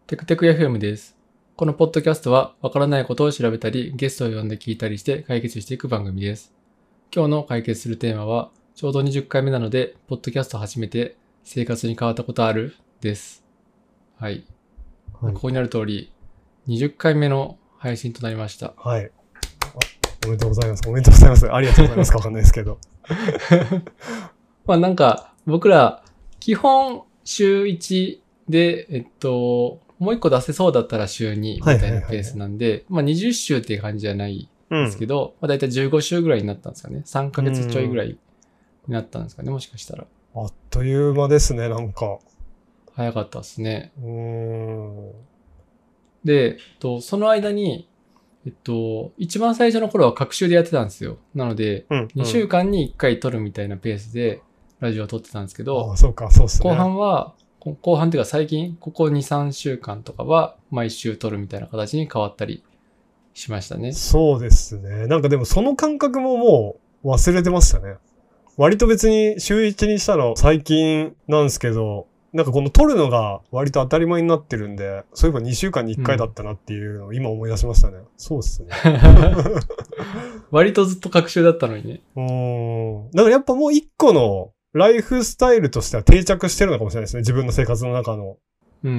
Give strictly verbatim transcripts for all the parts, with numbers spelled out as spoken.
テクテク エフエム です。このポッドキャストは、わからないことを調べたり、ゲストを呼んで聞いたりして解決していく番組です。今日の解決するテーマは、ちょうどにじゅっかいめなので、ポッドキャスト始めて生活に変わったことあるです。はい。はい、ここになる通り、にじゅっかいめの配信となりました。 はい。おめでとうございます。おめでとうございます。ありがとうございますかわかんないですけど。 まあなんか、僕ら、基本週いちで、えっと、もう一個出せそうだったら週にみたいなペースなんで、はいはいはいはい、まあにじゅっ週っていう感じじゃないんですけど、うん、まあだいたいじゅうご週ぐらいになったんですかね。さんかげつちょいぐらいになったんですかね、もしかしたら。 あっという間ですね、なんか。 早かったですね。 うーんで、えっと、その間に、えっと、一番最初の頃は隔週でやってたんですよ。なので、うんうん、にしゅうかんにいっかい撮るみたいなペースでラジオを撮ってたんですけど、 ああそうか、そうっすね。 後半は、後半っていうか最近、ここに、さんしゅうかんとかは毎週撮るみたいな形に変わったりしましたね。 そうですね。なんかでもその感覚ももう忘れてましたね。割と別に週いちにしたの最近なんですけど、なんかこの撮るのが割と当たり前になってるんで、そういえばにしゅうかんにいっかいだったなっていうのを今思い出しましたね。うん、そうっすね。 割とずっと隔週だったのにね。 うーん。だからやっぱもう一個のライフスタイルとしては定着してるのかもしれないですね。自分の生活の中の。 うん。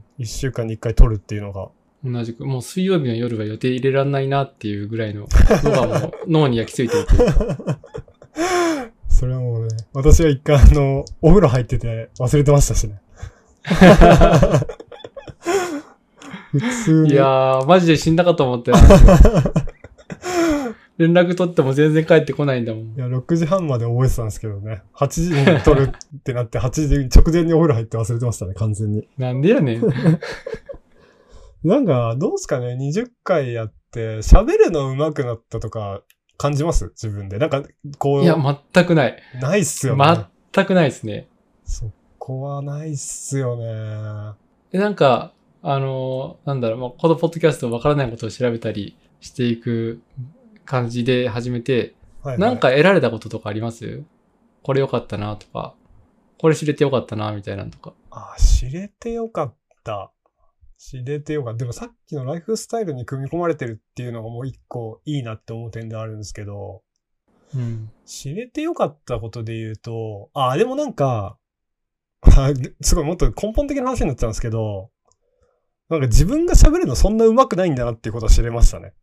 いっしゅうかんにいっかい撮るっていうのが。 同じく、もう水曜日の夜は予定入れらんないなっていうぐらいののがもう脳に焼き付いてるというか。 それはもうね、私は一回あの、お風呂入ってて忘れてましたしね。普通に。 いやー、マジで死んだかと思って。連絡取っても全然帰ってこないんだもん。 いや、ろくじはんまで覚えてたんですけどね。はちじに撮るってなって、はちじ直前にお風呂入って忘れてましたね、完全に。 なんでやねん。 なんか、どうすかね、にじゅっかいやって、喋るの上手くなったとか、感じます自分で。なんか、こう。 いや、全くない。 ないっすよね。 全くないっすね。 そこはないっすよね。 で、なんか、あのー、なんだろう、まあ、このポッドキャストわからないことを調べたりしていく感じで始めて、はいはい、なんか得られたこととかあります？これ良かったなとか、これ知れて良かったなみたいなのとか。 あ、知れて良かった。知れてよかった。でもさっきのライフスタイルに組み込まれてるっていうのがもう一個いいなって思う点であるんですけど、 うん、 知れてよかったことで言うと、あ、でもなんか、すごいもっと根本的な話になっちゃうんですけど、なんか自分が喋るのそんな上手くないんだなっていうことは知れましたね。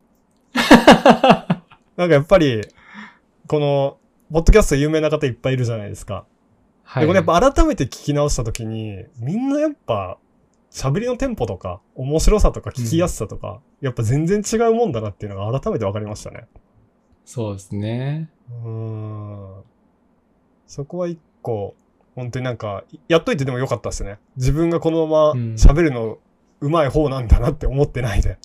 なんかやっぱり、この、ポッドキャスト有名な方いっぱいいるじゃないですか。はい。でこれやっぱ改めて聞き直したときに、みんなやっぱ、喋りのテンポとか、面白さとか聞きやすさとか、うん、やっぱ全然違うもんだなっていうのが改めて分かりましたね。 そうですね。 うーん。そこは一個、本当になんか、やっといてでもよかったですね。自分がこのまま喋るの上手い方なんだなって思ってないで。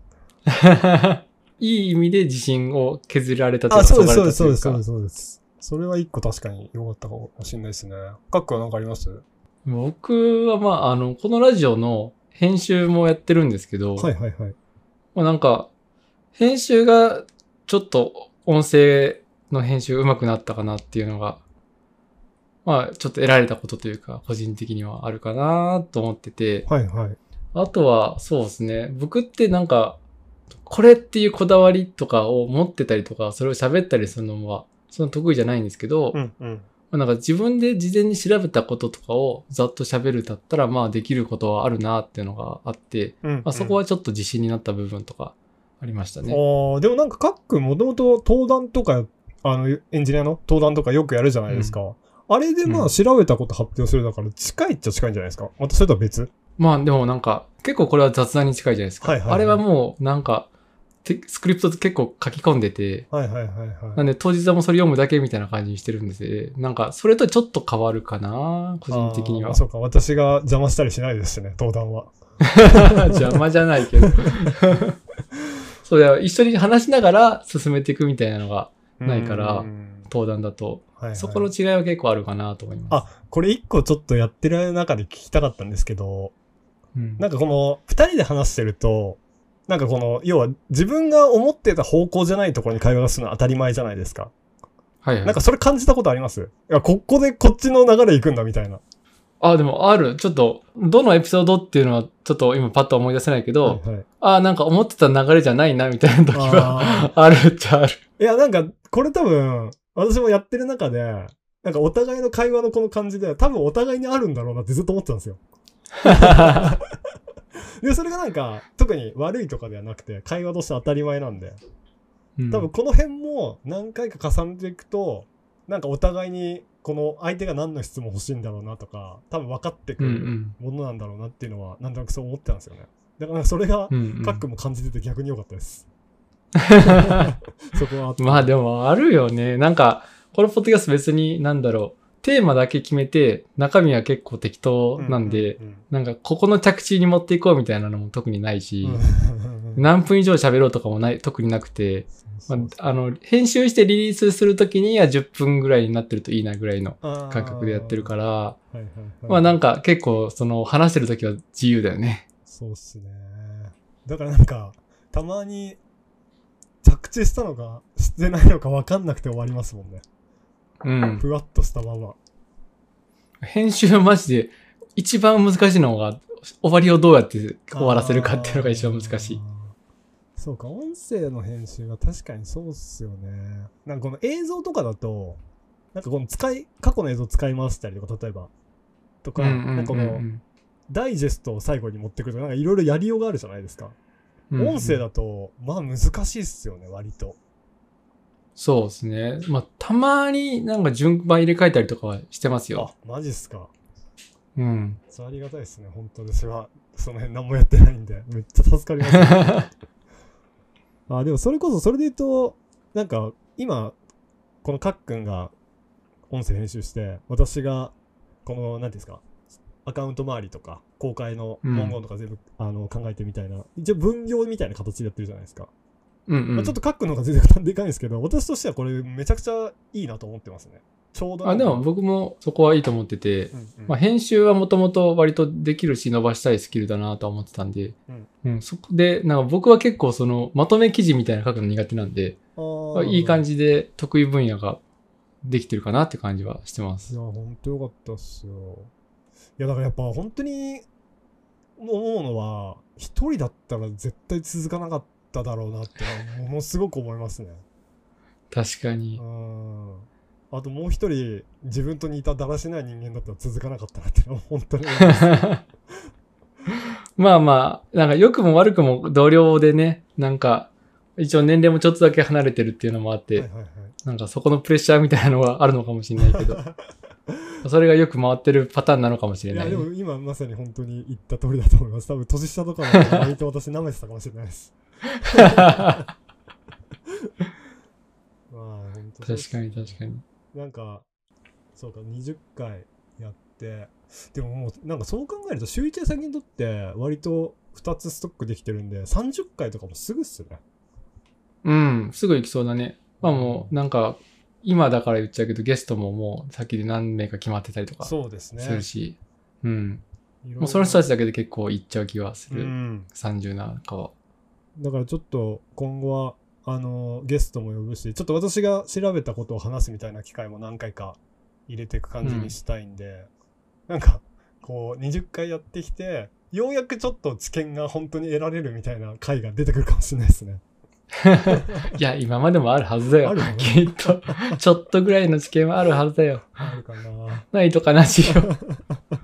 いい意味で自信を削られたというか、 あ、そうです、そうです、そうです、そうです、そうです。それは一個確かに良かったかもしれないですね。カックは何かあります？ 僕はまあ、あの、このラジオの編集もやってるんですけど、 はいはいはい。 まあなんか、編集がちょっと音声の編集上手くなったかなっていうのが、まあちょっと得られたことというか、個人的にはあるかなと思ってて、 はいはい。 あとはそうですね、僕ってなんか、これっていうこだわりとかを持ってたりとか、それを喋ったりするのは、その得意じゃないんですけど、 うんうん。 なんか自分で事前に調べたこととかをざっと喋るだったらまあできることはあるなっていうのがあって、うんうん、まあ、そこはちょっと自信になった部分とかありましたね。 ああ、でもなんかカックもともと登壇とか、あのエンジニアの登壇とかよくやるじゃないですか。うん、あれでまあ調べたこと発表するだから近いっちゃ近いんじゃないですか。またそれとは別？ まあでもなんか結構これは雑談に近いじゃないですか。はいはいはい、あれはもうなんかスクリプト結構書き込んでて、 はいはいはいはい。 なんで当日はもうそれ読むだけみたいな感じにしてるんですよ。なんかそれとちょっと変わるかな、個人的には。 あ、そうか、私が邪魔したりしないですしね、登壇は。 邪魔じゃないけど。そうだよ、一緒に話しながら進めていくみたいなのがないから、登壇だと、はいはい。そこの違いは結構あるかなと思います。 あ、これ一個ちょっとやってる中で聞きたかったんですけど、うん、なんかこの二人で話してると、なんかこの、要は自分が思ってた方向じゃないところに会話がするのは当たり前じゃないですか。 はいはい。 なんかそれ感じたことあります？いや、ここでこっちの流れ行くんだみたいな。 あ、でもある。ちょっと、どのエピソードっていうのはちょっと今パッと思い出せないけど、 はいはい、 あ、なんか思ってた流れじゃないなみたいな時はあるっちゃある。 いや、なんか、これ多分、私もやってる中で、なんかお互いの会話のこの感じで、多分お互いにあるんだろうなってずっと思ってたんですよ。で、それがなんか、特に悪いとかではなくて、会話として当たり前なんで、多分この辺も何回か重ねていくと、なんかお互いに、この相手が何の質問欲しいんだろうなとか、多分分かってくるものなんだろうなっていうのは、なんとなくそう思ってたんですよね。だからそれが、カックも感じてて逆に良かったです。そこはあって。 まあでもあるよね。なんか、このポッドキャスト別になんだろう。テーマだけ決めて、中身は結構適当なんで、うんうんうん、なんかここの着地に持っていこうみたいなのも特にないし、何分以上喋ろうとかもない、特になくて、まあ、あの、編集してリリースするときにはじゅっぷんぐらいになってるといいなぐらいの感覚でやってるから、はいはいはい、まあなんか結構その話してるときは自由だよね。 そうっすね。だからなんか、たまに着地したのかしてないのか分かんなくて終わりますもんね。うん。ふわっとしたまま。 編集マジで一番難しいのが終わりをどうやって終わらせるかっていうのが一番難しい。 そうか、音声の編集は確かにそうっすよね。なんかこの映像とかだと、なんかこの使い、過去の映像使い回したりとか、例えば、とか、うんうんうんうん、なんかこの、ダイジェストを最後に持ってくるとか、なんかいろいろやりようがあるじゃないですか。うんうん、音声だと、まあ難しいっすよね、割と。 そうですね。まあ、たまになんか順番入れ替えたりとかはしてますよ。 あ、マジっすか。 うん。 それありがたいですね、本当に。私は、その辺何もやってないんで、めっちゃ助かります、ね。あ、でもそれこそ、それで言うと、なんか、今、このかっくんが音声編集して、私が、この、なんていうんですか、アカウント周りとか、公開の文言とか全部、うん、あの考えてみたいな、一応分業みたいな形でやってるじゃないですか。うんうん、まあ、ちょっとカックの方が全然でかいんですけど、私としてはこれめちゃくちゃいいなと思ってますね。ちょうど。 あ、でも僕もそこはいいと思ってて、うんうん、まあ、編集はもともと割とできるし伸ばしたいスキルだなとは思ってたんで、うんうん、そこで、なんか僕は結構そのまとめ記事みたいな書くの苦手なんで、あいい感じで得意分野ができてるかなって感じはしてます。 いや、ほんとよかったっすよ。いや、だからやっぱ本当に思うのは、一人だったら絶対続かなかっただろうなってものすごく思いますね。 確かに。 うん。あともう一人自分と似ただらしない人間だったら続かなかったなってのは本当に思います。 まあまあ、なんか良くも悪くも同僚でね、なんか一応年齢もちょっとだけ離れてるっていうのもあって、はいはいはい、なんかそこのプレッシャーみたいなのがあるのかもしれないけど、それがよく回ってるパターンなのかもしれない、ね。 いやでも今まさに本当に言った通りだと思います。多分年下とかも割と私舐めてたかもしれないです。まあ本当確かに確かに。 なんかそうかにじゅっかいやって、でももうなんかそう考えると週一で先にとって割とふたつストックできてるんでさんじゅっかいとかもすぐっすね。 うん、すぐ行きそうだね。まあもうなんか今だから言っちゃうけどゲストももう先で何名か決まってたりとかするし、う、ね、うん。もうその人たちだけで結構行っちゃう気はする。うん、さんじゅうなんかは。 だからちょっと今後はあのゲストも呼ぶし、ちょっと私が調べたことを話すみたいな機会も何回か入れていく感じにしたいんで、うん、なんかこうにじゅっかいやってきてようやくちょっと知見が本当に得られるみたいな回が出てくるかもしれないですね。 いや今までもあるはずだよ。きっとちょっとぐらいの知見はあるはずだよ。 あるかな。 ないと悲しいよ。